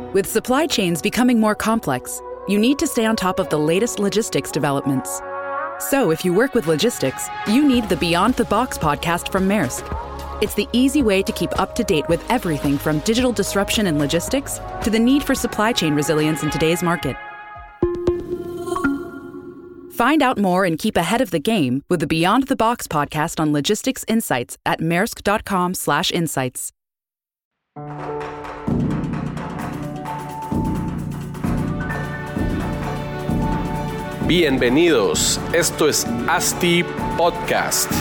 With supply chains becoming more complex, you need to stay on top of the latest logistics developments. So if you work with logistics, you need the Beyond the Box podcast from Maersk. It's the easy way to keep up to date with everything from digital disruption in logistics to the need for supply chain resilience in today's market. Find out more and keep ahead of the game with the Beyond the Box podcast on logistics insights at maersk.com/insights. Bienvenidos, esto es ASTI Podcast.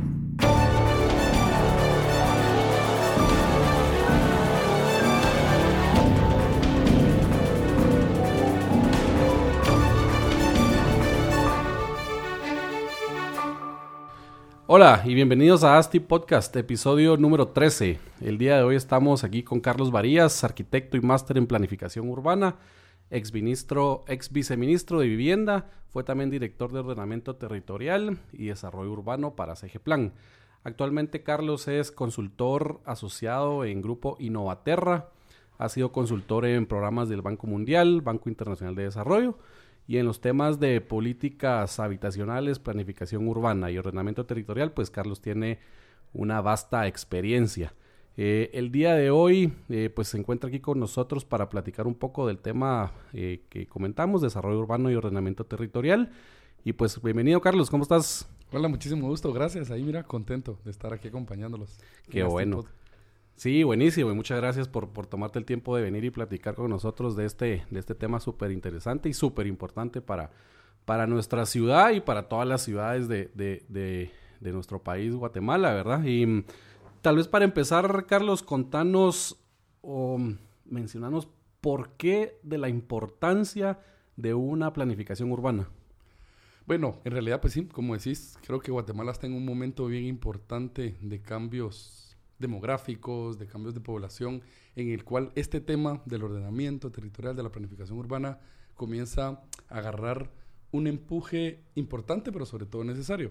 Hola y bienvenidos a ASTI Podcast, episodio número 13. El día de hoy estamos aquí con Carlos Varías, arquitecto y máster en planificación urbana, ex viceministro de Vivienda, fue también director de Ordenamiento Territorial y Desarrollo Urbano para CGPlan. Actualmente Carlos es consultor asociado en Grupo Innovaterra, ha sido consultor en programas del Banco Mundial, Banco Internacional de Desarrollo, y en los temas de políticas habitacionales, planificación urbana y ordenamiento territorial, pues Carlos tiene una vasta experiencia. El día de hoy, pues se encuentra aquí con nosotros para platicar un poco del tema que comentamos, desarrollo urbano y ordenamiento territorial. Y pues bienvenido, Carlos, ¿cómo estás? Hola, muchísimo gusto, gracias. Ahí mira, contento de estar aquí acompañándolos. Qué bueno. Sí, buenísimo, y muchas gracias por tomarte el tiempo de venir y platicar con nosotros de este tema súper interesante y súper importante para nuestra ciudad y para todas las ciudades de nuestro país, Guatemala, ¿verdad? Y tal vez para empezar, Carlos, contanos o mencionanos por qué de la importancia de una planificación urbana. Bueno, en realidad, pues sí, como decís, creo que Guatemala está en un momento bien importante de cambios demográficos, de cambios de población, en el cual este tema del ordenamiento territorial, de la planificación urbana, comienza a agarrar un empuje importante, pero sobre todo necesario.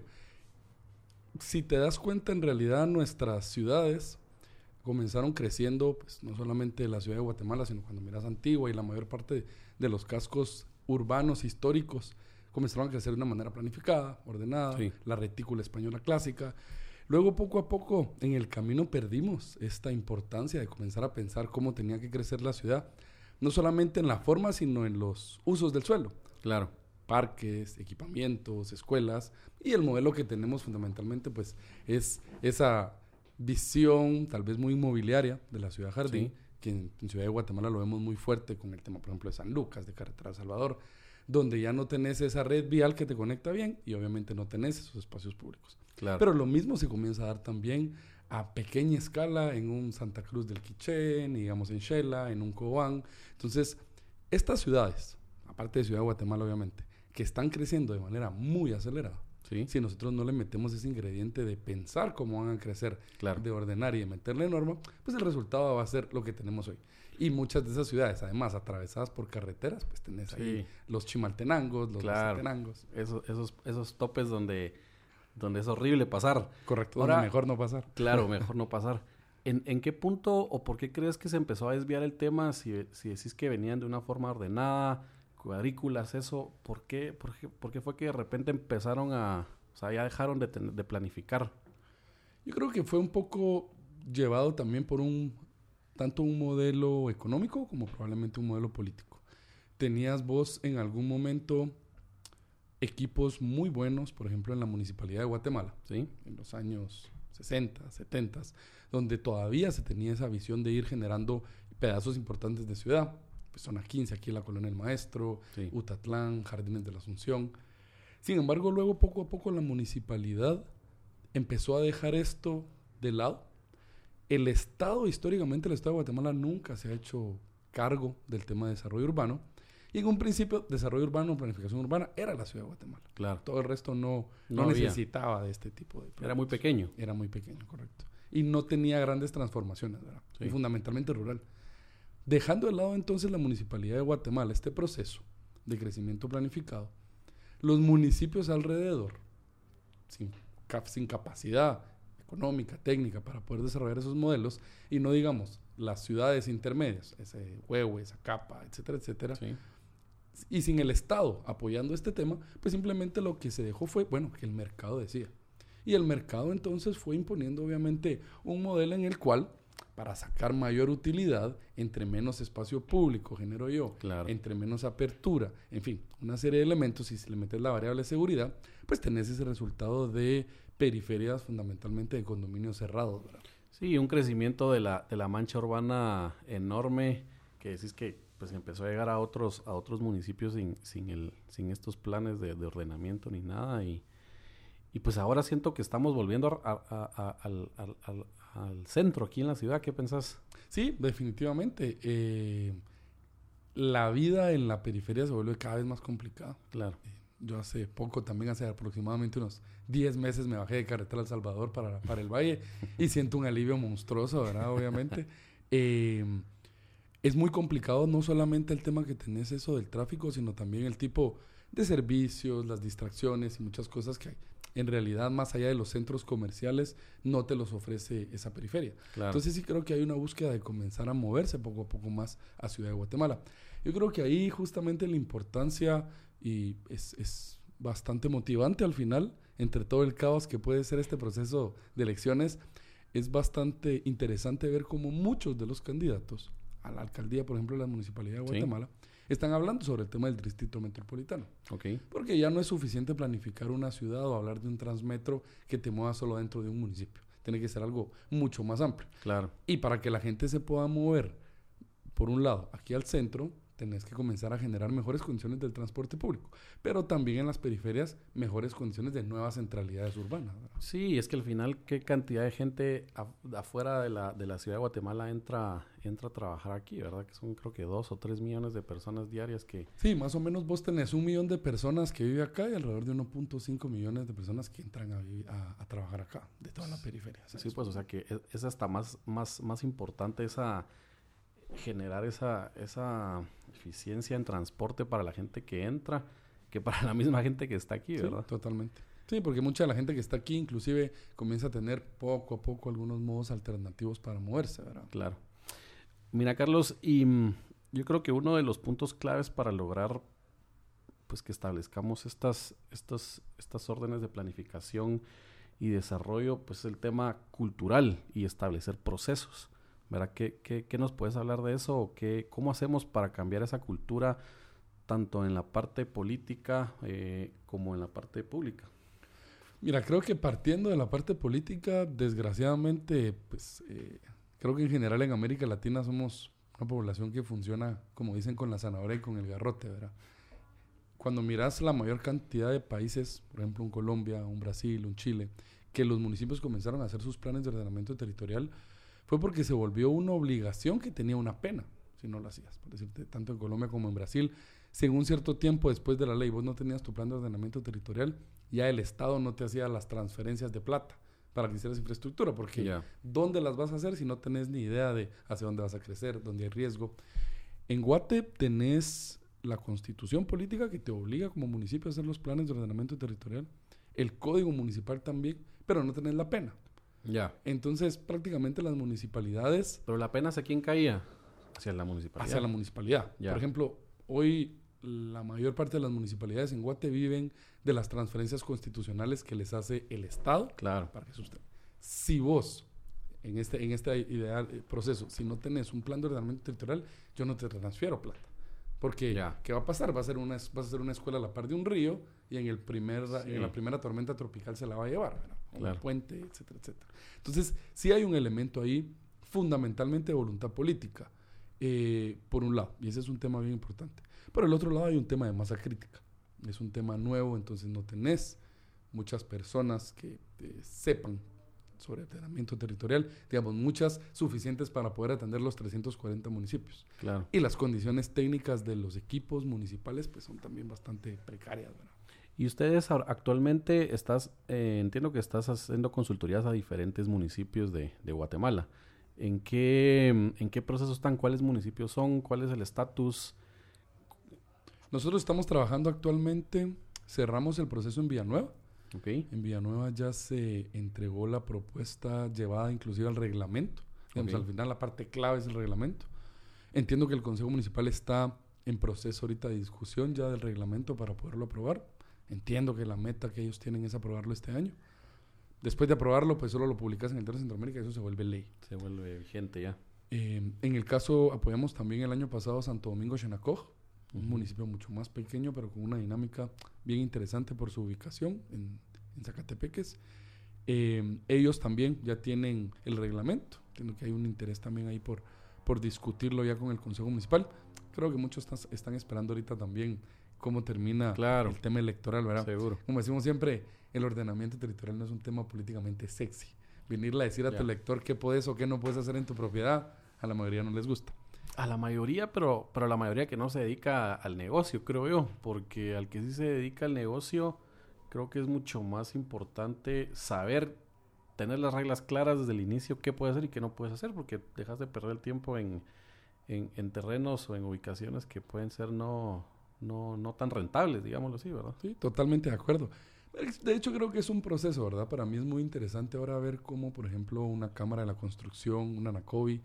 Si te das cuenta, en realidad nuestras ciudades comenzaron creciendo, pues no solamente la ciudad de Guatemala, sino cuando miras Antigua y la mayor parte de los cascos urbanos históricos comenzaron a crecer de una manera planificada, ordenada, sí. La retícula española clásica. Luego, poco a poco, en el camino perdimos esta importancia de comenzar a pensar cómo tenía que crecer la ciudad, no solamente en la forma, sino en los usos del suelo. Claro. Parques, equipamientos, escuelas, y el modelo que tenemos fundamentalmente, pues, es esa visión, tal vez muy inmobiliaria, de la ciudad jardín, sí. Que en Ciudad de Guatemala lo vemos muy fuerte con el tema, por ejemplo, de San Lucas, de Carretera de Salvador, donde ya no tenés esa red vial que te conecta bien y obviamente no tenés esos espacios públicos. Claro. Pero lo mismo se comienza a dar también a pequeña escala en un Santa Cruz del Quichén, digamos en Xela, en un Cobán. Entonces, estas ciudades, aparte de Ciudad de Guatemala obviamente, que están creciendo de manera muy acelerada, ¿sí? Si nosotros no le metemos ese ingrediente de pensar cómo van a crecer, claro, de ordenar y de meterle norma, pues el resultado va a ser lo que tenemos hoy. Y muchas de esas ciudades, además, atravesadas por carreteras, pues tenés ahí los Chimaltenangos, los Mazatenangos. Esos topes donde es horrible pasar. Correcto, ahora, donde mejor no pasar. Claro, mejor no pasar. ¿En qué punto o por qué crees que se empezó a desviar el tema? Si decís que venían de una forma ordenada, cuadrículas, eso, ¿por qué fue que de repente empezaron ya dejaron de planificar? Yo creo que fue un poco llevado también por tanto un modelo económico como probablemente un modelo político. Tenías vos en algún momento equipos muy buenos, por ejemplo en la Municipalidad de Guatemala, ¿sí? En los años 60, 70, donde todavía se tenía esa visión de ir generando pedazos importantes de ciudad. Pues zona 15, aquí en la Colonia del Maestro, sí. Utatlán, Jardines de la Asunción. Sin embargo, luego poco a poco la municipalidad empezó a dejar esto de lado. El Estado, históricamente el Estado de Guatemala nunca se ha hecho cargo del tema de desarrollo urbano. Y en un principio, desarrollo urbano, planificación urbana, era la ciudad de Guatemala. Claro. Todo el resto no necesitaba de este tipo de proyectos. Era muy pequeño. Era muy pequeño, correcto. Y no tenía grandes transformaciones, ¿verdad? Sí. Y fundamentalmente rural. Dejando de lado entonces la Municipalidad de Guatemala, este proceso de crecimiento planificado, los municipios alrededor, sin capacidad económica, técnica, para poder desarrollar esos modelos, y no digamos las ciudades intermedias, ese Huehue, Zacapa, etcétera, etcétera, Sí. y sin el Estado apoyando este tema, pues simplemente lo que se dejó fue, bueno, que el mercado decía. Y el mercado entonces fue imponiendo obviamente un modelo en el cual, para sacar mayor utilidad, entre menos espacio público, genero yo, Claro. entre menos apertura, en fin, una serie de elementos, y si le metes la variable de seguridad, pues tenés ese resultado de periferias fundamentalmente de condominios cerrados, ¿verdad? Sí, un crecimiento de la mancha urbana enorme, que decís que pues empezó a llegar a otros municipios sin estos planes de ordenamiento ni nada, y pues ahora siento que estamos volviendo al centro aquí en la ciudad. ¿Qué pensás? Sí, definitivamente. La vida en la periferia se vuelve cada vez más complicada. Claro. Yo hace poco, también hace aproximadamente unos 10 meses, me bajé de carretera El Salvador para el Valle y siento un alivio monstruoso, ¿verdad? Obviamente. Es muy complicado, no solamente el tema que tenés eso del tráfico, sino también el tipo de servicios, las distracciones y muchas cosas que en realidad, más allá de los centros comerciales, no te los ofrece esa periferia. Claro. Entonces sí creo que hay una búsqueda de comenzar a moverse poco a poco más a Ciudad de Guatemala. Yo creo que ahí justamente la importancia, y es bastante motivante al final, entre todo el caos que puede ser este proceso de elecciones, es bastante interesante ver cómo muchos de los candidatos a la alcaldía, por ejemplo, de la Municipalidad de Guatemala, están hablando sobre el tema del distrito metropolitano. Ok. Porque ya no es suficiente planificar una ciudad o hablar de un transmetro que te mueva solo dentro de un municipio. Tiene que ser algo mucho más amplio. Claro. Y para que la gente se pueda mover, por un lado, aquí al centro, tenés que comenzar a generar mejores condiciones del transporte público, pero también en las periferias mejores condiciones de nuevas centralidades urbanas, ¿verdad? Sí, es que al final qué cantidad de gente afuera de la ciudad de Guatemala entra a trabajar aquí, ¿verdad? Que son creo que 2 o 3 millones de personas diarias que... Sí, más o menos vos tenés 1 millón de personas que viven acá y alrededor de 1.5 millones de personas que entran a trabajar acá, de toda la periferia. Sí, pues, o sea que es hasta más importante generar esa eficiencia en transporte para la gente que entra que para la misma gente que está aquí, ¿verdad? Sí, totalmente. Sí, porque mucha de la gente que está aquí inclusive comienza a tener poco a poco algunos modos alternativos para moverse, ¿verdad? Claro. Mira, Carlos, y yo creo que uno de los puntos claves para lograr pues que establezcamos estas órdenes de planificación y desarrollo, pues el tema cultural y establecer procesos, ¿verdad? ¿Qué nos puedes hablar de eso? ¿O cómo hacemos para cambiar esa cultura tanto en la parte política como en la parte pública? Mira, creo que partiendo de la parte política, desgraciadamente, pues creo que en general en América Latina somos una población que funciona, como dicen, con la zanahoria y con el garrote, ¿verdad? Cuando miras la mayor cantidad de países, por ejemplo un Colombia, un Brasil, un Chile, que los municipios comenzaron a hacer sus planes de ordenamiento territorial, fue porque se volvió una obligación que tenía una pena si no lo hacías. Por decirte, tanto en Colombia como en Brasil, si en un cierto tiempo después de la ley vos no tenías tu plan de ordenamiento territorial, ya el Estado no te hacía las transferencias de plata para que hicieras infraestructura, porque ¿dónde las vas a hacer si no tenés ni idea de hacia dónde vas a crecer, dónde hay riesgo? En Guate tenés la constitución política que te obliga como municipio a hacer los planes de ordenamiento territorial, el código municipal también, pero no tenés la pena. Ya. Entonces, prácticamente las municipalidades... ¿Pero la pena hacia quién caía? Hacia la municipalidad. Hacia la municipalidad. Ya. Por ejemplo, hoy la mayor parte de las municipalidades en Guate viven de las transferencias constitucionales que les hace el Estado. Claro. Para que susten. Si vos, en este ideal proceso, si no tenés un plan de ordenamiento territorial, yo no te transfiero plata. Porque, ¿qué va a pasar? Vas a hacer una escuela a la par de un río y en la primera tormenta tropical se la va a llevar, ¿verdad? Claro. Un puente, etcétera, etcétera. Entonces, sí hay un elemento ahí fundamentalmente de voluntad política, por un lado, y ese es un tema bien importante. Por el otro lado hay un tema de masa crítica. Es un tema nuevo, entonces no tenés muchas personas que sepan sobre ordenamiento territorial, digamos, muchas suficientes para poder atender los 340 municipios. Claro. Y las condiciones técnicas de los equipos municipales pues son también bastante precarias, ¿verdad? Y ustedes actualmente entiendo que estás haciendo consultorías a diferentes municipios de Guatemala. ¿En qué procesos están? ¿Cuáles municipios son? ¿Cuál es el estatus? Nosotros estamos trabajando actualmente, cerramos el proceso en Villanueva. Okay. En Villanueva ya se entregó la propuesta llevada inclusive al reglamento Digamos, al final la parte clave es el reglamento. Entiendo que el Consejo Municipal está en proceso ahorita de discusión ya del reglamento para poderlo aprobar. Entiendo que la meta que ellos tienen es aprobarlo este año. Después de aprobarlo, pues solo lo publicas en el Diario de Centroamérica y eso se vuelve ley. Se vuelve vigente ya. En el caso, apoyamos también el año pasado a Santo Domingo Xenacoj, un municipio mucho más pequeño, pero con una dinámica bien interesante por su ubicación en Zacatepeques. Ellos también ya tienen el reglamento. Entiendo que hay un interés también ahí por discutirlo ya con el Consejo Municipal. Creo que muchos están esperando ahorita también cómo termina el tema electoral, ¿verdad? Seguro. Como decimos siempre, el ordenamiento territorial no es un tema políticamente sexy. Venirle a decir a tu elector qué puedes o qué no puedes hacer en tu propiedad, a la mayoría no les gusta. A la mayoría, pero la mayoría que no se dedica al negocio, creo yo. Porque al que sí se dedica al negocio, creo que es mucho más importante saber, tener las reglas claras desde el inicio, qué puedes hacer y qué no puedes hacer, porque dejas de perder el tiempo en terrenos o en ubicaciones que pueden ser no tan rentables, digámoslo así, ¿verdad? Sí, totalmente de acuerdo. De hecho, creo que es un proceso, ¿verdad? Para mí es muy interesante ahora ver cómo, por ejemplo, una Cámara de la Construcción, una ANACOBI,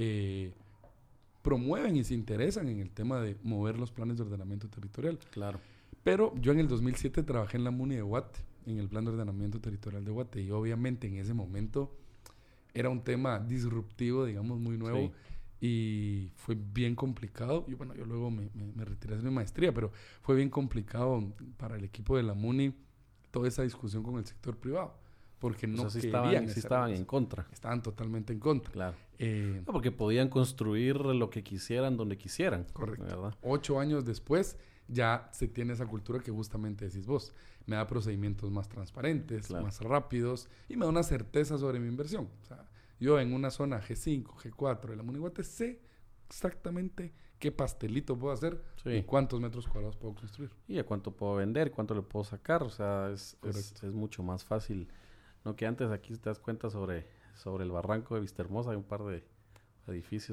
promueven y se interesan en el tema de mover los planes de ordenamiento territorial. Claro. Pero yo en el 2007 trabajé en la MUNI de Guate, en el Plan de Ordenamiento Territorial de Guate, y obviamente en ese momento era un tema disruptivo, digamos, muy nuevo. Sí. Y fue bien complicado. Yo luego me retiré de mi maestría, pero fue bien complicado para el equipo de la MUNI toda esa discusión con el sector privado. Porque no querían. Estaban en contra. Estaban totalmente en contra. Claro. No, porque podían construir lo que quisieran, donde quisieran. Correcto. ¿Verdad? 8 años después ya se tiene esa cultura que justamente decís vos. Me da procedimientos más transparentes, más rápidos y me da una certeza sobre mi inversión. O sea, yo en una zona G5, G4 de la MUNI Guate sé exactamente qué pastelito puedo hacer y cuántos metros cuadrados puedo construir. Y a cuánto puedo vender, cuánto le puedo sacar. O sea, es mucho más fácil. No que antes aquí te das cuenta sobre el barranco de Vistahermosa hay un par de edificios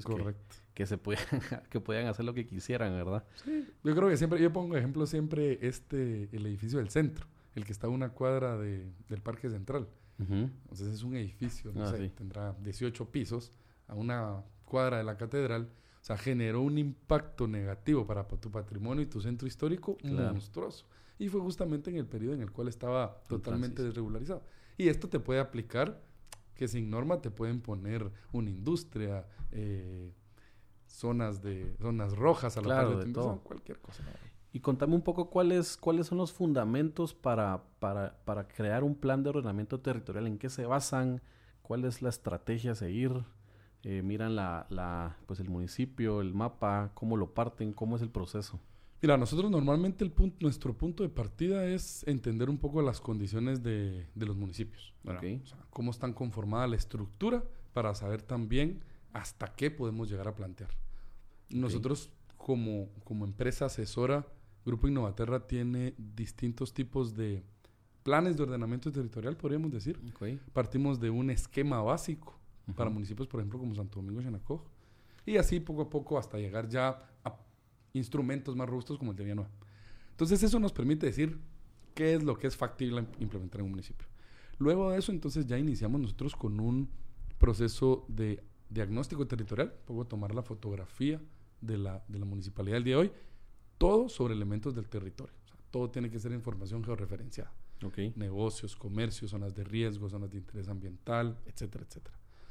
que podían hacer lo que quisieran, ¿verdad? Sí. Yo creo que siempre, yo pongo ejemplo siempre el edificio del centro, el que está a una cuadra del Parque Central. Entonces es un edificio, tendrá 18 pisos a una cuadra de la catedral. O sea, generó un impacto negativo para tu patrimonio y tu centro histórico monstruoso. Y fue justamente en el periodo en el cual estaba totalmente desregularizado. Y esto te puede aplicar, que sin norma te pueden poner una industria, zonas rojas a la par de tu inversión, cualquier cosa. Y contame un poco cuáles son los fundamentos para crear un plan de ordenamiento territorial, en qué se basan, cuál es la estrategia a seguir, miran pues el municipio, el mapa, cómo lo parten, cómo es el proceso. Mira, nosotros normalmente nuestro punto de partida es entender un poco las condiciones de los municipios. Okay. O sea, cómo están conformada la estructura para saber también hasta qué podemos llegar a plantear. Nosotros como empresa asesora, Grupo Innovaterra tiene distintos tipos de planes de ordenamiento territorial, podríamos decir. Partimos de un esquema básico para municipios, por ejemplo, como Santo Domingo Xenacoj, y así poco a poco hasta llegar ya a instrumentos más robustos como el de Villanueva. Entonces eso nos permite decir qué es lo que es factible implementar en un municipio. Luego de eso, entonces ya iniciamos nosotros con un proceso de diagnóstico territorial, puedo tomar la fotografía de la municipalidad del día de hoy, todo sobre elementos del territorio. O sea, todo tiene que ser información georreferenciada. Negocios, comercios, zonas de riesgo, zonas de interés ambiental, etcétera, etcétera.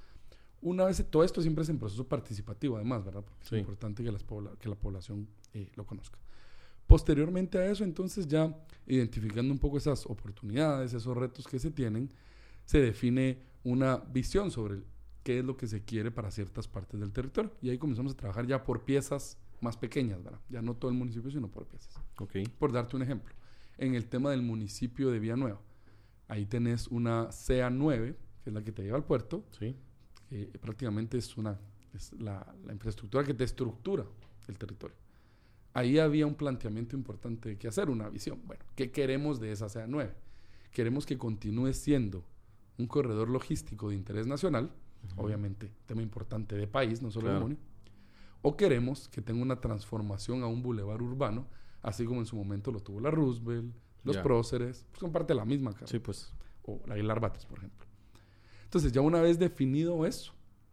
Una vez, todo esto siempre es en proceso participativo, además, ¿verdad? Porque es importante que la población lo conozca. Posteriormente a eso, entonces, ya identificando un poco esas oportunidades, esos retos que se tienen, se define una visión sobre qué es lo que se quiere para ciertas partes del territorio. Y ahí comenzamos a trabajar ya por piezas más pequeñas, ¿verdad? Ya no todo el municipio, sino por piezas. Por darte un ejemplo, en el tema del municipio de Villanueva, ahí tenés una CA9, que es la que te lleva al puerto, que prácticamente es la infraestructura que te estructura el territorio. Ahí había un planteamiento importante que hacer, una visión. Bueno, ¿qué queremos de esa CA9? Queremos que continúe siendo un corredor logístico de interés nacional, obviamente tema importante de país, no solo de MUNI, o queremos que tenga una transformación a un bulevar urbano, así como en su momento lo tuvo la Roosevelt, los Próceres, pues son parte de la misma, sí, pues. O la Aguilar Batres, por ejemplo. Entonces, ya una vez definido eso,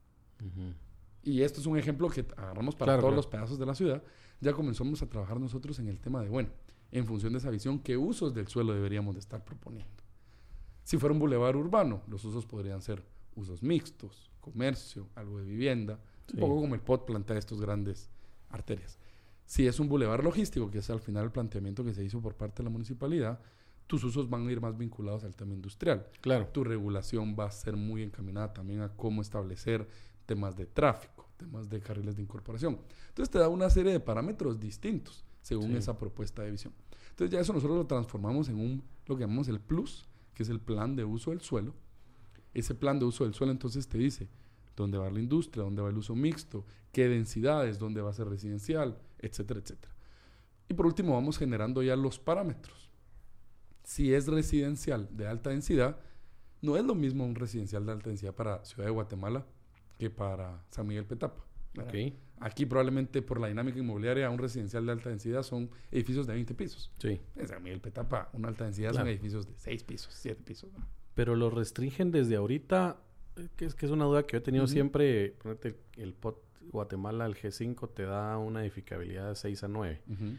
Y esto es un ejemplo que agarramos para todos los pedazos de la ciudad. Ya comenzamos a trabajar nosotros en el tema de, bueno, en función de esa visión, ¿qué usos del suelo deberíamos de estar proponiendo? Si fuera un bulevar urbano, los usos podrían ser usos mixtos, comercio, algo de vivienda, un poco como el POT plantea estos grandes arterias. Si es un bulevar logístico, que es al final el planteamiento que se hizo por parte de la municipalidad, tus usos van a ir más vinculados al tema industrial. Claro. Tu regulación va a ser muy encaminada también a cómo establecer temas de tráfico, temas de carriles de incorporación. Entonces te da una serie de parámetros distintos según esa propuesta de visión. Entonces ya eso nosotros lo transformamos en lo que llamamos el PLUS, que es el plan de uso del suelo. Ese plan de uso del suelo entonces te dice dónde va la industria, dónde va el uso mixto, qué densidades, dónde va a ser residencial, etcétera, etcétera. Y por último vamos generando ya los parámetros. Si es residencial de alta densidad, no es lo mismo un residencial de alta densidad para Ciudad de Guatemala que para San Miguel Petapa. Okay. Aquí probablemente por la dinámica inmobiliaria un residencial de alta densidad son edificios de 20 pisos. Sí. En San Miguel Petapa una alta densidad son edificios de 6 pisos, 7 pisos. ¿No? Pero lo restringen desde ahorita, que es una duda que yo he tenido siempre. Ponete el POT Guatemala, el G5 te da una edificabilidad de 6 a 9.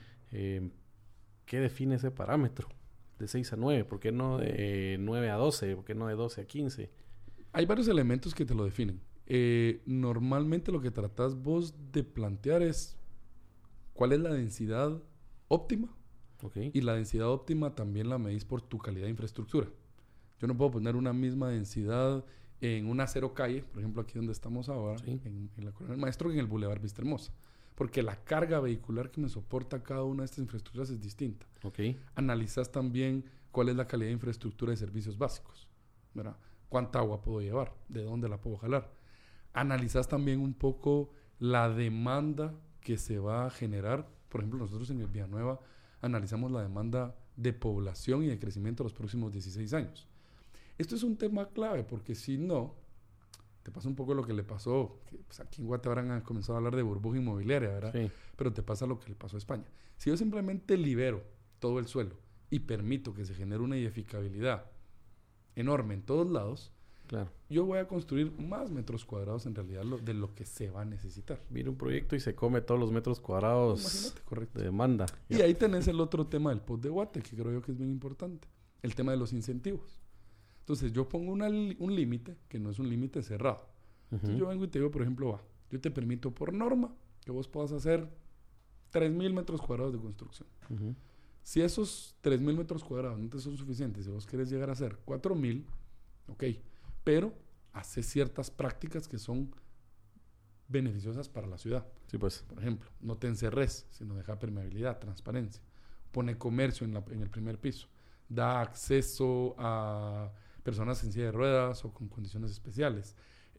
¿Qué define ese parámetro? De 6 a 9, ¿por qué no de 9 a 12? ¿Por qué no de 12 a 15? Hay varios elementos que te lo definen. Normalmente lo que tratás vos de plantear es cuál es la densidad óptima. Okay. Y la densidad óptima también la medís por tu calidad de infraestructura. Yo no puedo poner una misma densidad en una cero calle, por ejemplo aquí donde estamos ahora, en la Coronel Maestro, que en el Boulevard Vista Hermosa. Porque la carga vehicular que me soporta cada una de estas infraestructuras es distinta. Okay. Analizas también cuál es la calidad de infraestructura de servicios básicos, ¿verdad? ¿Cuánta agua puedo llevar? ¿De dónde la puedo jalar? Analizas también un poco la demanda que se va a generar. Por ejemplo, nosotros en el Villanueva analizamos la demanda de población y de crecimiento de los próximos 16 años. Esto es un tema clave porque si no, te pasa un poco lo que le pasó, que, pues aquí en Guatemala han comenzado a hablar de burbuja inmobiliaria, ¿verdad? Sí. Pero te pasa lo que le pasó a España. Si yo simplemente libero todo el suelo y permito que se genere una edificabilidad enorme en todos lados, claro, yo voy a construir más metros cuadrados en realidad de lo que se va a necesitar. Viene un proyecto y se come todos los metros cuadrados. Imagínate, correcto. De demanda. Y ahí tenés el otro tema del POT de Guate, que creo yo que es bien importante. El tema de los incentivos. Entonces, yo pongo un límite, que no es un límite cerrado. Entonces, yo vengo y te digo, por ejemplo, yo te permito por norma que vos puedas hacer 3,000 metros cuadrados de construcción. Si esos 3,000 metros cuadrados no te son suficientes, si vos querés llegar a hacer 4,000, ok, pero hace ciertas prácticas que son beneficiosas para la ciudad. Sí, pues. Por ejemplo, no te encerres, sino deja permeabilidad, transparencia. Pone comercio en el primer piso. Da acceso a personas en silla de ruedas o con condiciones especiales.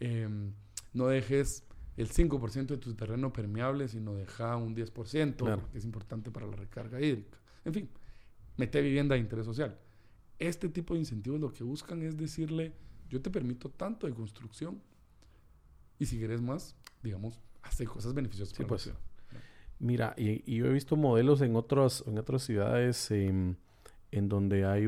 No dejes el 5% de tu terreno permeable, sino deja un 10%, claro, que es importante para la recarga hídrica. En fin, mete vivienda de interés social. Este tipo de incentivos lo que buscan es decirle, yo te permito tanto de construcción y si quieres más, digamos, hace cosas beneficiosas para la ciudad. Mira, y yo he visto modelos en otras ciudades en donde hay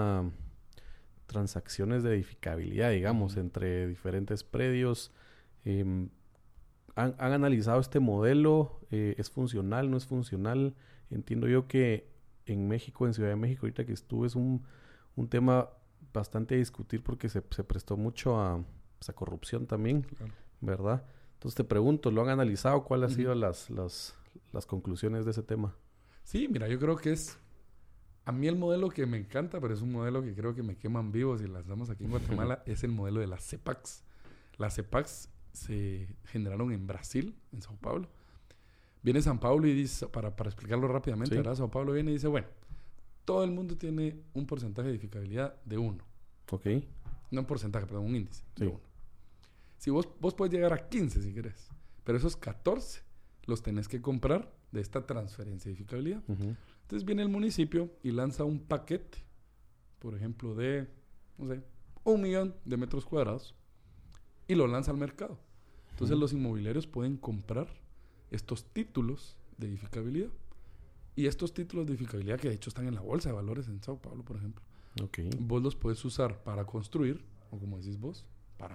transacciones de edificabilidad, digamos, entre diferentes predios. ¿Han analizado este modelo? ¿Es funcional? ¿No es funcional? Entiendo yo que en México, en Ciudad de México, ahorita que estuve, es un tema bastante a discutir porque se prestó mucho a corrupción también, claro, ¿verdad? Entonces te pregunto, ¿lo han analizado? ¿Cuáles han sido las conclusiones de ese tema? Sí, mira, yo creo que es... A mí el modelo que me encanta, pero es un modelo que creo que me queman vivos y las damos aquí en Guatemala, es el modelo de las CEPACs. Las CEPACs se generaron en Brasil, en Sao Paulo. Viene Sao Paulo y dice, para explicarlo rápidamente, ¿verdad? Sao Paulo viene y dice, bueno, todo el mundo tiene un porcentaje de edificabilidad de 1. Ok. No un porcentaje, perdón, un índice de 1. Si vos puedes llegar a 15 si querés, pero esos 14 los tenés que comprar de esta transferencia de edificabilidad. Entonces viene el municipio y lanza un paquete, por ejemplo, de, no sé, 1,000,000 de metros cuadrados y lo lanza al mercado. Entonces los inmobiliarios pueden comprar estos títulos de edificabilidad. Y estos títulos de edificabilidad, que de hecho están en la bolsa de valores en Sao Paulo, por ejemplo, vos los puedes usar para construir, o como decís vos, para vender.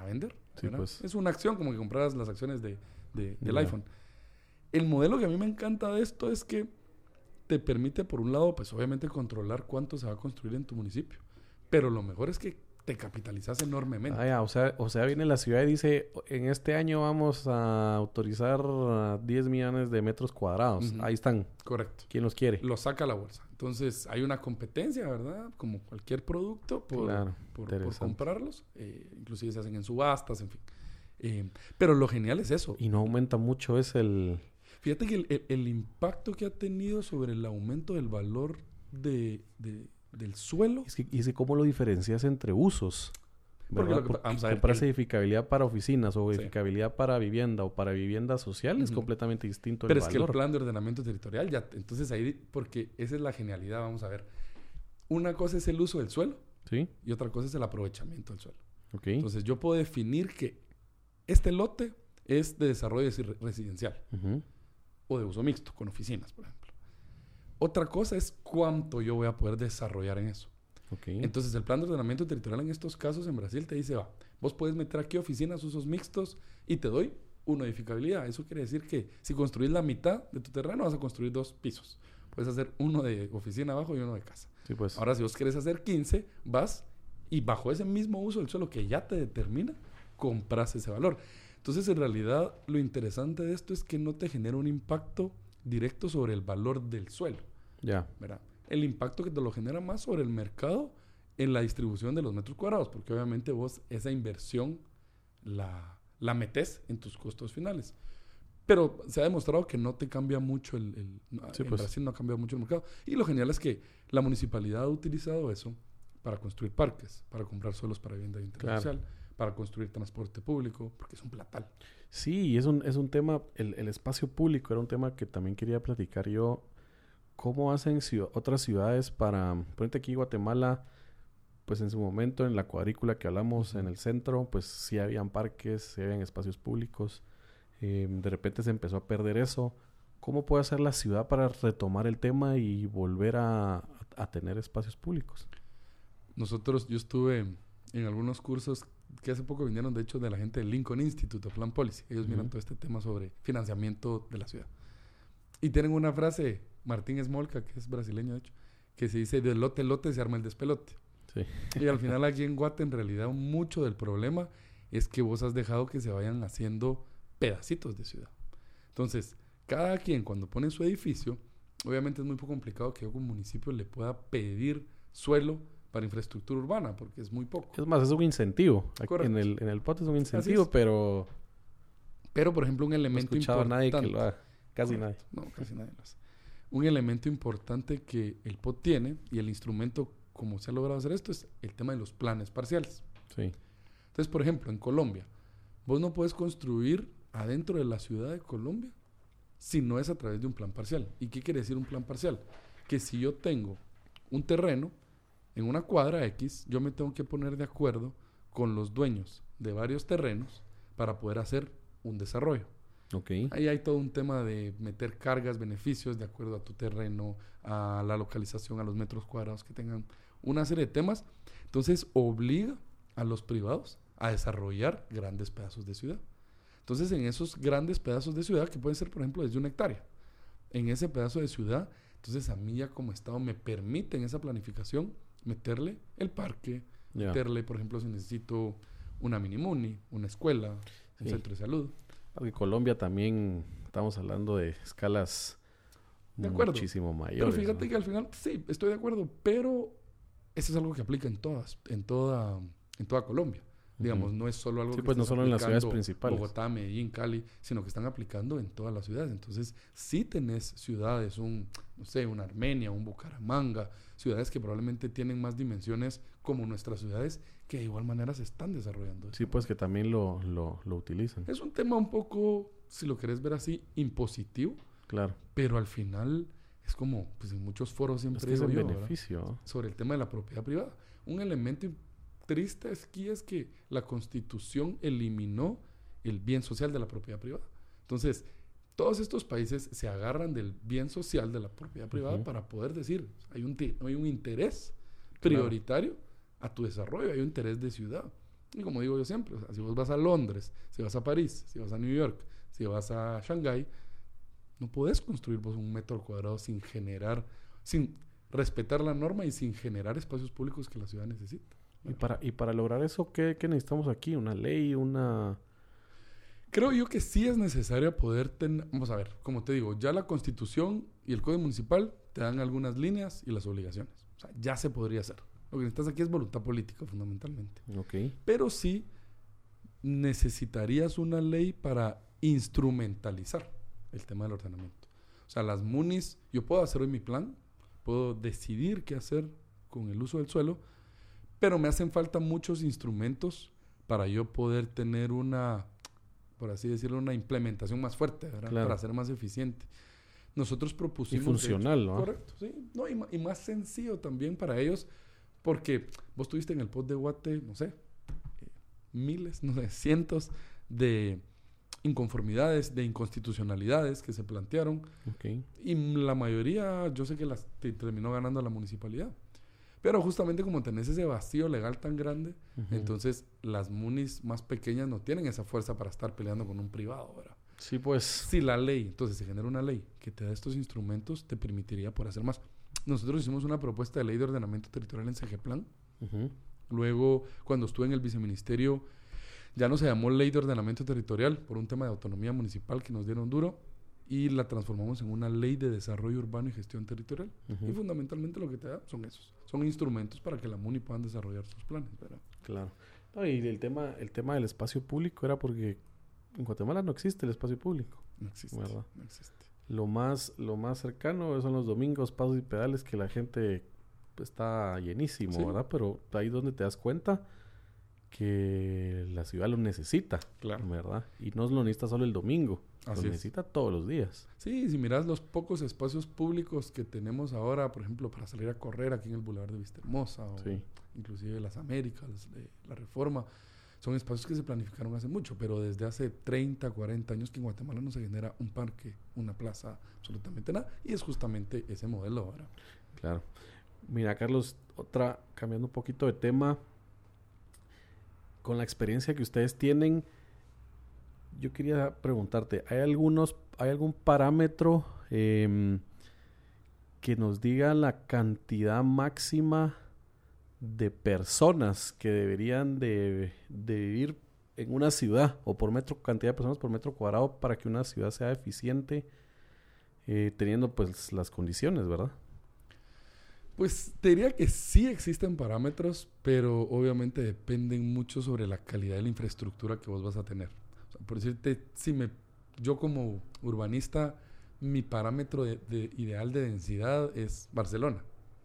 Sí, pues. Es una acción como que compraras las acciones del iPhone. El modelo que a mí me encanta de esto es que te permite, por un lado, pues obviamente controlar cuánto se va a construir en tu municipio. Pero lo mejor es que te capitalizas enormemente. O sea, viene la ciudad y dice, en este año vamos a autorizar 10 millones de metros cuadrados. Ahí están. Correcto. ¿Quién los quiere? Lo saca a la bolsa. Entonces, hay una competencia, ¿verdad? Como cualquier producto por comprarlos. Inclusive se hacen en subastas, en fin. Pero lo genial es eso. Y no aumenta mucho, es el... Fíjate que el impacto que ha tenido sobre el aumento del valor del suelo... Es que ¿cómo lo diferencias entre usos? Porque compras edificabilidad para oficinas o edificabilidad para vivienda o para vivienda social es completamente distinto el valor. Pero es que el plan de ordenamiento territorial ya... Entonces ahí... Porque esa es la genialidad, vamos a ver. Una cosa es el uso del suelo. Sí. Y otra cosa es el aprovechamiento del suelo. Okay. Entonces yo puedo definir que este lote es de desarrollo residencial. O de uso mixto, con oficinas, por ejemplo. Otra cosa es cuánto yo voy a poder desarrollar en eso. Okay. Entonces, el plan de ordenamiento territorial en estos casos en Brasil te dice, vos puedes meter aquí oficinas, usos mixtos y te doy una edificabilidad. Eso quiere decir que si construís la mitad de tu terreno, vas a construir 2 pisos. Puedes hacer uno de oficina abajo y uno de casa. Sí, pues. Ahora, si vos querés hacer 15, vas y bajo ese mismo uso del suelo que ya te determina, compras ese valor. Entonces, en realidad, lo interesante de esto es que no te genera un impacto directo sobre el valor del suelo. Ya. ¿Verdad? El impacto que te lo genera más sobre el mercado en la distribución de los metros cuadrados, porque obviamente vos esa inversión la metes en tus costos finales. Pero se ha demostrado que no te cambia mucho en Brasil no ha cambiado mucho el mercado. Y lo genial es que la municipalidad ha utilizado eso para construir parques, para comprar suelos para vivienda intercomercial. Claro. Para construir transporte público, porque es un platal. Sí, es un tema, el espacio público era un tema que también quería platicar yo. ¿Cómo hacen otras ciudades para, ponete aquí Guatemala, pues en su momento en la cuadrícula que hablamos en el centro, pues sí habían parques, sí habían espacios públicos, de repente se empezó a perder eso. ¿Cómo puede hacer la ciudad para retomar el tema y volver a tener espacios públicos? Yo estuve en algunos cursos que hace poco vinieron, de hecho, de la gente del Lincoln Institute of Land Policy. Ellos miran todo este tema sobre financiamiento de la ciudad. Y tienen una frase, Martín Smolka, que es brasileño, de hecho, que se dice, de lote lote se arma el despelote. Sí. Y al final aquí en Guate, en realidad, mucho del problema es que vos has dejado que se vayan haciendo pedacitos de ciudad. Entonces, cada quien cuando pone su edificio, obviamente es muy poco complicado que yo como municipio le pueda pedir suelo para infraestructura urbana, porque es muy poco. Es más, es un incentivo. En el POT es un incentivo, pero... Pero, por ejemplo, un elemento importante... No he escuchado a nadie que lo haga. Casi nadie. No, casi nadie lo hace. Un elemento importante que el POT tiene, y el instrumento como se ha logrado hacer esto, es el tema de los planes parciales. Sí. Entonces, por ejemplo, en Colombia, vos no puedes construir adentro de la ciudad de Colombia si no es a través de un plan parcial. ¿Y qué quiere decir un plan parcial? Que si yo tengo un terreno en una cuadra X, yo me tengo que poner de acuerdo con los dueños de varios terrenos para poder hacer un desarrollo. Okay. Ahí hay todo un tema de meter cargas, beneficios de acuerdo a tu terreno, a la localización, a los metros cuadrados que tengan, una serie de temas. Entonces obliga a los privados a desarrollar grandes pedazos de ciudad. Entonces en esos grandes pedazos de ciudad, que pueden ser por ejemplo desde 1 hectárea, en ese pedazo de ciudad, entonces a mí ya como Estado me permite en esa planificación meterle el parque, meterle, por ejemplo, si necesito una minimuni, una escuela, un centro de salud. Porque Colombia también estamos hablando de escalas muchísimo mayores. Pero fíjate que al final, sí, estoy de acuerdo, pero eso es algo que aplica en toda Colombia. Digamos, no es solo algo que pues no solo en las ciudades principales. Bogotá, Medellín, Cali, sino que están aplicando en todas las ciudades. Entonces, sí tenés ciudades, una Armenia, un Bucaramanga, ciudades que probablemente tienen más dimensiones como nuestras ciudades, que de igual manera se están desarrollando. Sí, pues que también lo utilizan. Es un tema un poco, si lo querés ver así, impositivo. Claro. Pero al final es como, pues en muchos foros siempre es un beneficio, ¿verdad? Sobre el tema de la propiedad privada. Un elemento triste aquí es que la Constitución eliminó el bien social de la propiedad privada. Entonces, todos estos países se agarran del bien social de la propiedad privada para poder decir, hay un interés prioritario a tu desarrollo, hay un interés de ciudad. Y como digo yo siempre, o sea, si vos vas a Londres, si vas a París, si vas a New York, si vas a Shanghái, no podés construir vos un metro cuadrado sin respetar la norma y sin generar espacios públicos que la ciudad necesita. Y para lograr eso, ¿qué necesitamos aquí? ¿Una ley? Creo yo que sí es necesario poder tener... Vamos a ver, como te digo, ya la Constitución y el Código Municipal te dan algunas líneas y las obligaciones. O sea, ya se podría hacer. Lo que necesitas aquí es voluntad política, fundamentalmente. Ok. Pero sí necesitarías una ley para instrumentalizar el tema del ordenamiento. O sea, las munis... Yo puedo hacer hoy mi plan, puedo decidir qué hacer con el uso del suelo, pero me hacen falta muchos instrumentos para yo poder tener una, por así decirlo, una implementación más fuerte, ¿verdad? Claro. Para ser más eficiente. Nosotros propusimos... Y funcional, ¿no? Correcto, sí. No, y más sencillo también para ellos, porque vos tuviste en el pod de Guate, no sé, miles, no sé, cientos de inconformidades, de inconstitucionalidades que se plantearon. Okay. Y la mayoría, yo sé que las terminó ganando la municipalidad. Pero justamente como tenés ese vacío legal tan grande, entonces las munis más pequeñas no tienen esa fuerza para estar peleando con un privado, ¿verdad? Sí, pues. Si la ley, entonces se genera una ley que te da estos instrumentos, te permitiría poder hacer más. Nosotros hicimos una propuesta de ley de ordenamiento territorial en CGPlan. Luego, cuando estuve en el viceministerio, ya no se llamó ley de ordenamiento territorial por un tema de autonomía municipal que nos dieron duro, y la transformamos en una ley de desarrollo urbano y gestión territorial. Y fundamentalmente lo que te da son esos. Son instrumentos para que la MUNI puedan desarrollar sus planes, ¿verdad? Claro. No, y el tema del espacio público era porque en Guatemala no existe el espacio público. No existe, ¿verdad? no existe. Lo más cercano son los domingos, pasos y pedales, que la gente está llenísimo, Sí. ¿verdad? Pero ahí es donde te das cuenta que la ciudad lo necesita, Claro. ¿verdad? Y no lo necesita solo el domingo, Así lo es. necesita todos los días. Sí, si miras los pocos espacios públicos que tenemos ahora, por ejemplo, para salir a correr aquí en el Boulevard de Vistahermosa, o Sí. inclusive las Américas, la Reforma, son espacios que se planificaron hace mucho, pero desde hace 30, 40 años que en Guatemala no se genera un parque, una plaza, absolutamente nada, y es justamente ese modelo ahora. Claro. Mira, Carlos, cambiando un poquito de tema, con la experiencia que ustedes tienen, yo quería preguntarte, ¿hay algún parámetro que nos diga la cantidad máxima de personas que deberían de vivir en una ciudad, o cantidad de personas por metro cuadrado, para que una ciudad sea eficiente, teniendo pues las condiciones, ¿verdad? Pues te diría que sí existen parámetros, pero obviamente dependen mucho sobre la calidad de la infraestructura que vos vas a tener. O sea, por decirte, yo como urbanista, mi parámetro de ideal de densidad es Barcelona.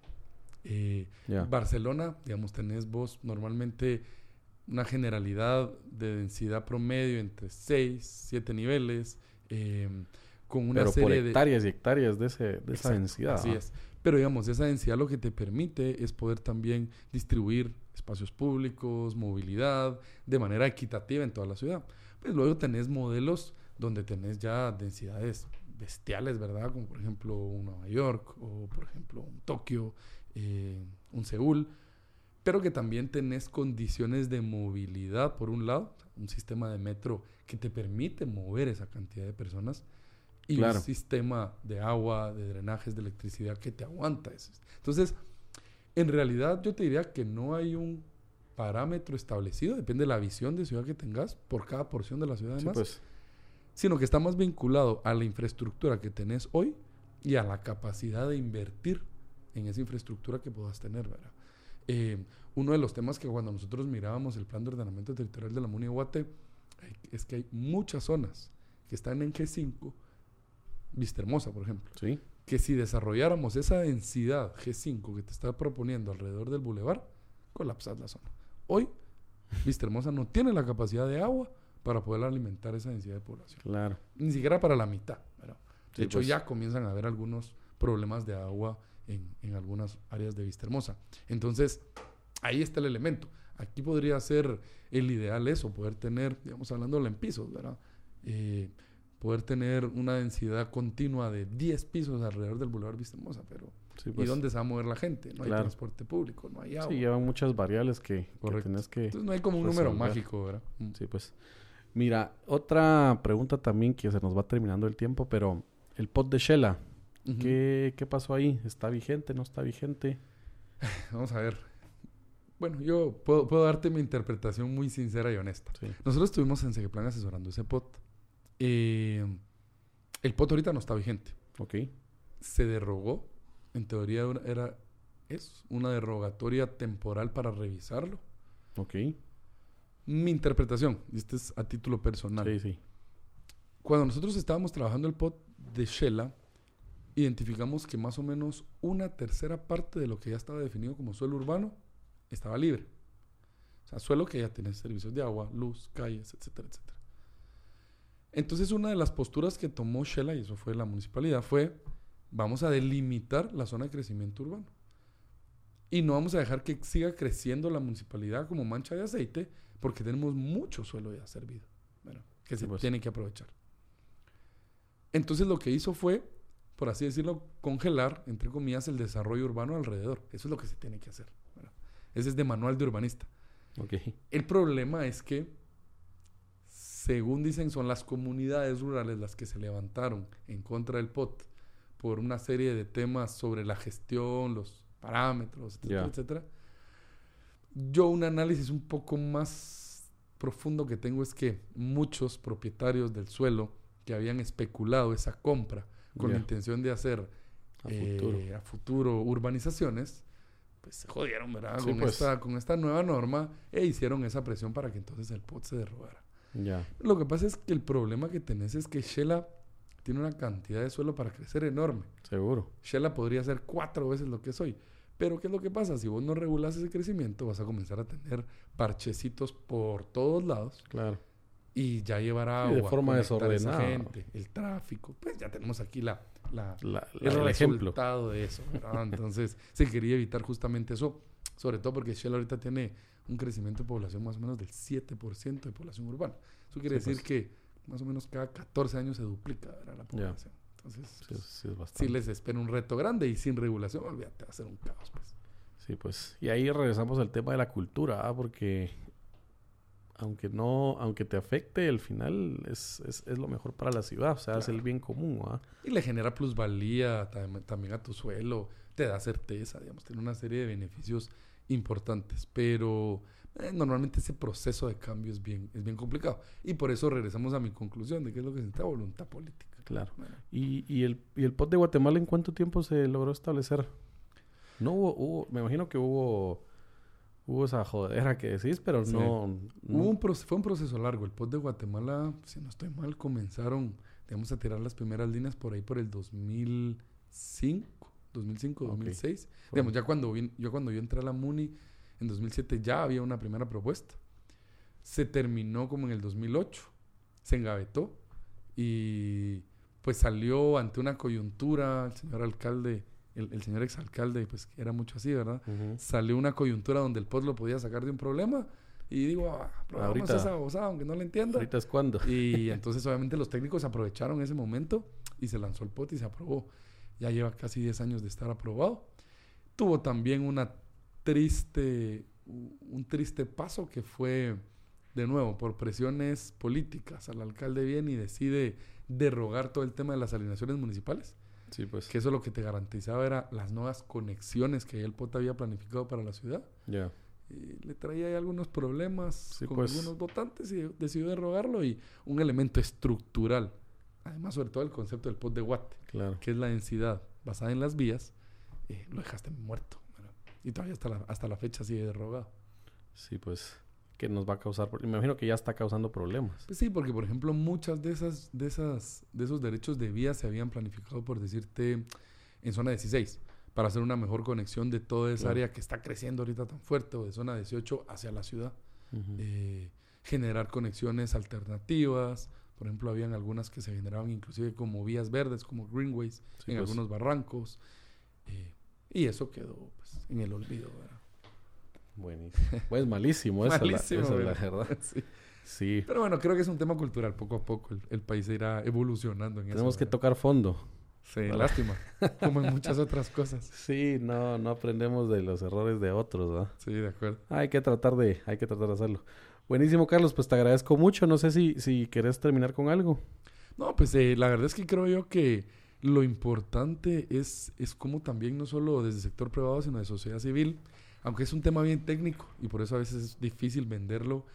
Barcelona, digamos, tenés vos normalmente una generalidad de densidad promedio entre 6, 7 niveles, con una pero serie por hectáreas y hectáreas de esa Exacto, densidad. Así es. Pero digamos, esa densidad lo que te permite es poder también distribuir espacios públicos, movilidad, de manera equitativa en toda la ciudad. Pues luego tenés modelos donde tenés ya densidades bestiales, ¿verdad? Como por ejemplo un Nueva York, o por ejemplo un Tokio, un Seúl, pero que también tenés condiciones de movilidad, por un lado, un sistema de metro que te permite mover esa cantidad de personas, y claro, un sistema de agua, de drenajes, de electricidad que te aguanta eso. Entonces, en realidad yo te diría que no hay un parámetro establecido, depende de la visión de ciudad que tengas por cada porción de la ciudad además, sí, pues, sino que está más vinculado a la infraestructura que tenés hoy y a la capacidad de invertir en esa infraestructura que puedas tener, ¿verdad? Uno de los temas que cuando nosotros mirábamos el plan de ordenamiento territorial de la MUNI de Guate es que hay muchas zonas que están en G5, Vistahermosa, por ejemplo, sí, que si desarrolláramos esa densidad G5 que te está proponiendo alrededor del bulevar, colapsas la zona. Hoy, Vistahermosa no tiene la capacidad de agua para poder alimentar esa densidad de población. claro. Ni siquiera para la mitad, ¿verdad? De Sí, hecho, pues, ya comienzan a haber algunos problemas de agua en algunas áreas de Vistahermosa. Entonces, ahí está el elemento. Aquí podría ser el ideal eso, poder tener, digamos, hablándolo en pisos, ¿verdad? Poder tener una densidad continua de 10 pisos alrededor del Boulevard Vistahermosa, pero Sí, ¿Y pues. dónde se va a mover la gente? No hay Claro. transporte público, no hay agua. Sí, llevan muchas variables que tenés que Entonces no hay como un número resolver. mágico, ¿verdad? Sí, pues. Mira, otra pregunta también que se nos va terminando el tiempo, pero el pot de Shela, Ujú. ¿qué pasó ahí? ¿Está vigente? ¿No está vigente? Vamos a ver. Bueno, yo puedo darte mi interpretación muy sincera y honesta. Sí. Nosotros estuvimos en Segeplan asesorando ese pot. El pot ahorita no está vigente. Ok. Se derogó. En teoría es una derogatoria temporal para revisarlo. Ok. Mi interpretación, y este es a título personal. Sí, sí. Cuando nosotros estábamos trabajando el pot de Shela, identificamos que más o menos una tercera parte de lo que ya estaba definido como suelo urbano estaba libre. O sea, suelo que ya tiene servicios de agua, luz, calles, etcétera, etcétera. Entonces, una de las posturas que tomó Shela, y eso fue la municipalidad, fue: vamos a delimitar la zona de crecimiento urbano. Y no vamos a dejar que siga creciendo la municipalidad como mancha de aceite, porque tenemos mucho suelo ya servido, bueno, que se pues. tiene que aprovechar. Entonces, lo que hizo fue, por así decirlo, congelar, entre comillas, el desarrollo urbano alrededor. Eso es lo que se tiene que hacer, ¿verdad? Ese es de manual de urbanista. Ok. El problema es que, según dicen, son las comunidades rurales las que se levantaron en contra del POT por una serie de temas sobre la gestión, los parámetros, etcétera, Ya. etcétera. Yo un análisis un poco más profundo que tengo es que muchos propietarios del suelo que habían especulado esa compra con la Ya. intención de hacer a futuro urbanizaciones, pues se jodieron, ¿verdad? Sí, Con esta nueva norma, e hicieron esa presión para que entonces el POT se derogara. Ya. Lo que pasa es que el problema que tenés es que Shela tiene una cantidad de suelo para crecer enorme. Seguro. Shela podría ser 4 veces lo que es hoy. Pero ¿qué es lo que pasa? Si vos no regulas ese crecimiento, vas a comenzar a tener parchecitos por todos lados. Claro. Y ya llevar agua, de forma conectar a esa desordenada. gente, el tráfico. Pues ya tenemos aquí el El ejemplo. resultado de eso, ¿verdad? Entonces se quería evitar justamente eso. Sobre todo porque Shela ahorita tiene un crecimiento de población más o menos del 7% de población urbana. Eso quiere Sí, decir que más o menos cada 14 años se duplica, ¿verdad? La población. Entonces, Sí, pues, sí, es bastante. sí les espera un reto grande, y sin regulación, olvídate, va a ser un caos, pues. Sí, pues. Y ahí regresamos al tema de la cultura, porque aunque te afecte, al final es lo mejor para la ciudad, o sea, es el bien común, ¿verdad? Y le genera plusvalía también a tu suelo, te da certeza, digamos, tiene una serie de beneficios importantes, pero normalmente ese proceso de cambio es bien complicado. Y por eso regresamos a mi conclusión de que es lo que se necesita: voluntad política. Claro. Bueno. ¿Y el POT de Guatemala en cuánto tiempo se logró establecer? No hubo me imagino que hubo esa jodera que decís, pero Sí. no. Fue un proceso largo. El POT de Guatemala, si no estoy mal, comenzaron, digamos, a tirar las primeras líneas por ahí por el 2005, 2006. Digamos, ya cuando yo entré a la MUNI en 2007 ya había una primera propuesta. Se terminó como en el 2008. Se engavetó y pues salió ante una coyuntura. El señor alcalde, el señor exalcalde, pues era mucho así, ¿verdad? Ujú. Salió una coyuntura donde el POT lo podía sacar de un problema y digo, probamos Ahorita- esa babosada, aunque no la entienda. Ahorita es cuando. Y entonces obviamente los técnicos aprovecharon ese momento y se lanzó el POT y se aprobó. Ya lleva casi 10 años de estar aprobado. Tuvo también un triste paso que fue, de nuevo, por presiones políticas. Al alcalde viene y decide derogar todo el tema de las alineaciones municipales, Sí, pues. que eso lo que te garantizaba era las nuevas conexiones que el POT había planificado para la ciudad. Ya. Y le traía ahí algunos problemas Sí, con pues. algunos votantes y decidió derogarlo. Y un elemento estructural, además sobre todo el concepto del POT de Guate, Claro. que es la densidad basada en las vías, lo dejaste muerto, ¿verdad? Y todavía hasta la fecha sigue derogado. Sí, pues. Que nos va a causar. Me imagino que ya está causando problemas. Pues sí, porque por ejemplo muchas de esos derechos de vía se habían planificado, por decirte, en zona 16, para hacer una mejor conexión de toda esa Claro. área que está creciendo ahorita tan fuerte, o de zona 18 hacia la ciudad. Ujú. Generar conexiones alternativas. Por ejemplo, habían algunas que se generaban inclusive como vías verdes, como greenways, Sí, en pues. algunos barrancos. Y eso quedó pues, en el olvido, ¿verdad? Buenísimo. Pues malísimo, esa Malísimo, es la ¿verdad? verdad. Sí. Sí. Pero bueno, creo que es un tema cultural. Poco a poco el país se irá evolucionando en Tenemos eso. que ¿verdad? tocar fondo. Sí, lástima. Como en muchas otras cosas. Sí, no aprendemos de los errores de otros, ¿verdad? Sí, de acuerdo. Hay que tratar de hacerlo. Buenísimo, Carlos, pues te agradezco mucho. No sé si querés terminar con algo. No, pues la verdad es que creo yo que lo importante es como también no solo desde el sector privado, sino de sociedad civil, aunque es un tema bien técnico y por eso a veces es difícil venderlo,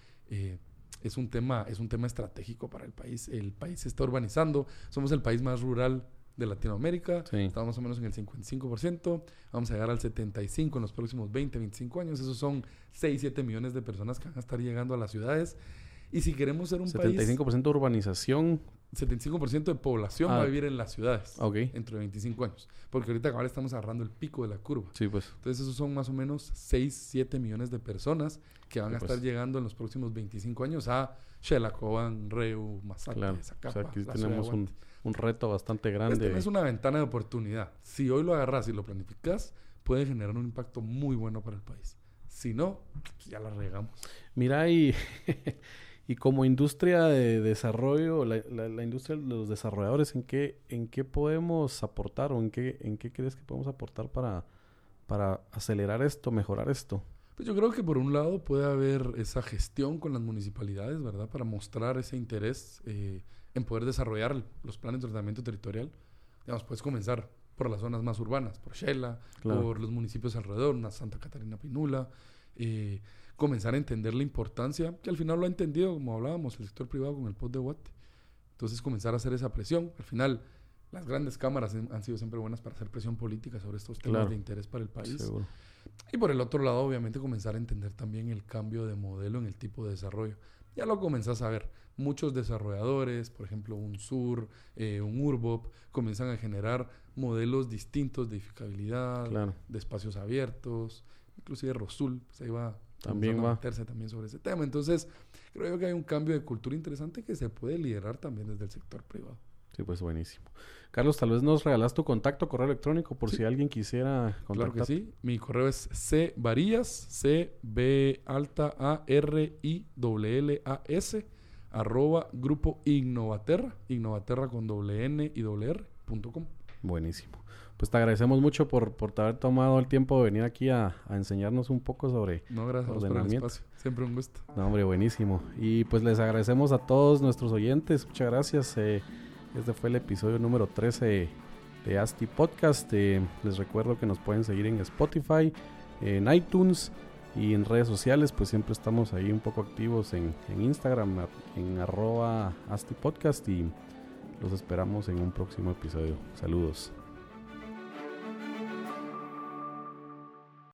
es un tema estratégico para el país. El país se está urbanizando, somos el país más rural de Latinoamérica, Sí. estamos más o menos en el 55%, vamos a llegar al 75% en los próximos 20, 25 años, esos son 6, 7 millones de personas que van a estar llegando a las ciudades. Y si queremos ser un 75% de urbanización. 75% de población va a vivir en las ciudades dentro de 25 años. Porque ahorita ahora estamos agarrando el pico de la curva. Sí, pues. Entonces esos son más o menos 6, 7 millones de personas que van a estar llegando en los próximos 25 años a Xelacoban, Reu, Masate, Claro. Zacapa. O sea, aquí la tenemos ciudad de Guate. un reto bastante grande. Es una ventana de oportunidad. Si hoy lo agarras y lo planificas, puede generar un impacto muy bueno para el país. Si no, ya la regamos. Mira, y como industria de desarrollo, la industria de los desarrolladores, ¿en qué podemos aportar o en qué crees que podemos aportar para acelerar esto, mejorar esto? Pues yo creo que por un lado puede haber esa gestión con las municipalidades, ¿verdad? Para mostrar ese interés en poder desarrollar los planes de ordenamiento territorial. Digamos, puedes comenzar por las zonas más urbanas, por Xela, Claro. por los municipios alrededor, una Santa Catarina Pinula. Comenzar a entender la importancia, que al final lo ha entendido, como hablábamos, el sector privado con el POT de Guate. Entonces comenzar a hacer esa presión. Al final, las grandes cámaras han sido siempre buenas para hacer presión política sobre estos temas Claro. de interés para el país. Seguro. Y por el otro lado, obviamente, comenzar a entender también el cambio de modelo en el tipo de desarrollo. Ya lo comenzás a ver. Muchos desarrolladores, por ejemplo, un SUR, un URBOP, comienzan a generar modelos distintos de edificabilidad, Claro. de espacios abiertos. Inclusive Rosul, pues ahí va También comenzando a va. meterse también sobre ese tema. Entonces, creo yo que hay un cambio de cultura interesante que se puede liderar también desde el sector privado. Sí, pues buenísimo. Carlos, tal vez nos regalas tu contacto, correo electrónico, por Sí. si alguien quisiera contactar. Claro que sí. Mi correo es cvarillas, cbarilas, @grupo Innovaterra, Innovaterra con N-R.com. Buenísimo. Pues te agradecemos mucho por haber tomado el tiempo de venir aquí a enseñarnos un poco sobre No, gracias a vos por el ordenamiento. espacio. Siempre un gusto. No, hombre, buenísimo. Y pues les agradecemos a todos nuestros oyentes. Muchas gracias. Este fue el episodio número 13 de ASTI Podcast. Les recuerdo que nos pueden seguir en Spotify, en iTunes y en redes sociales. Pues siempre estamos ahí un poco activos en Instagram, en @ASTI Podcast. Y los esperamos en un próximo episodio. Saludos.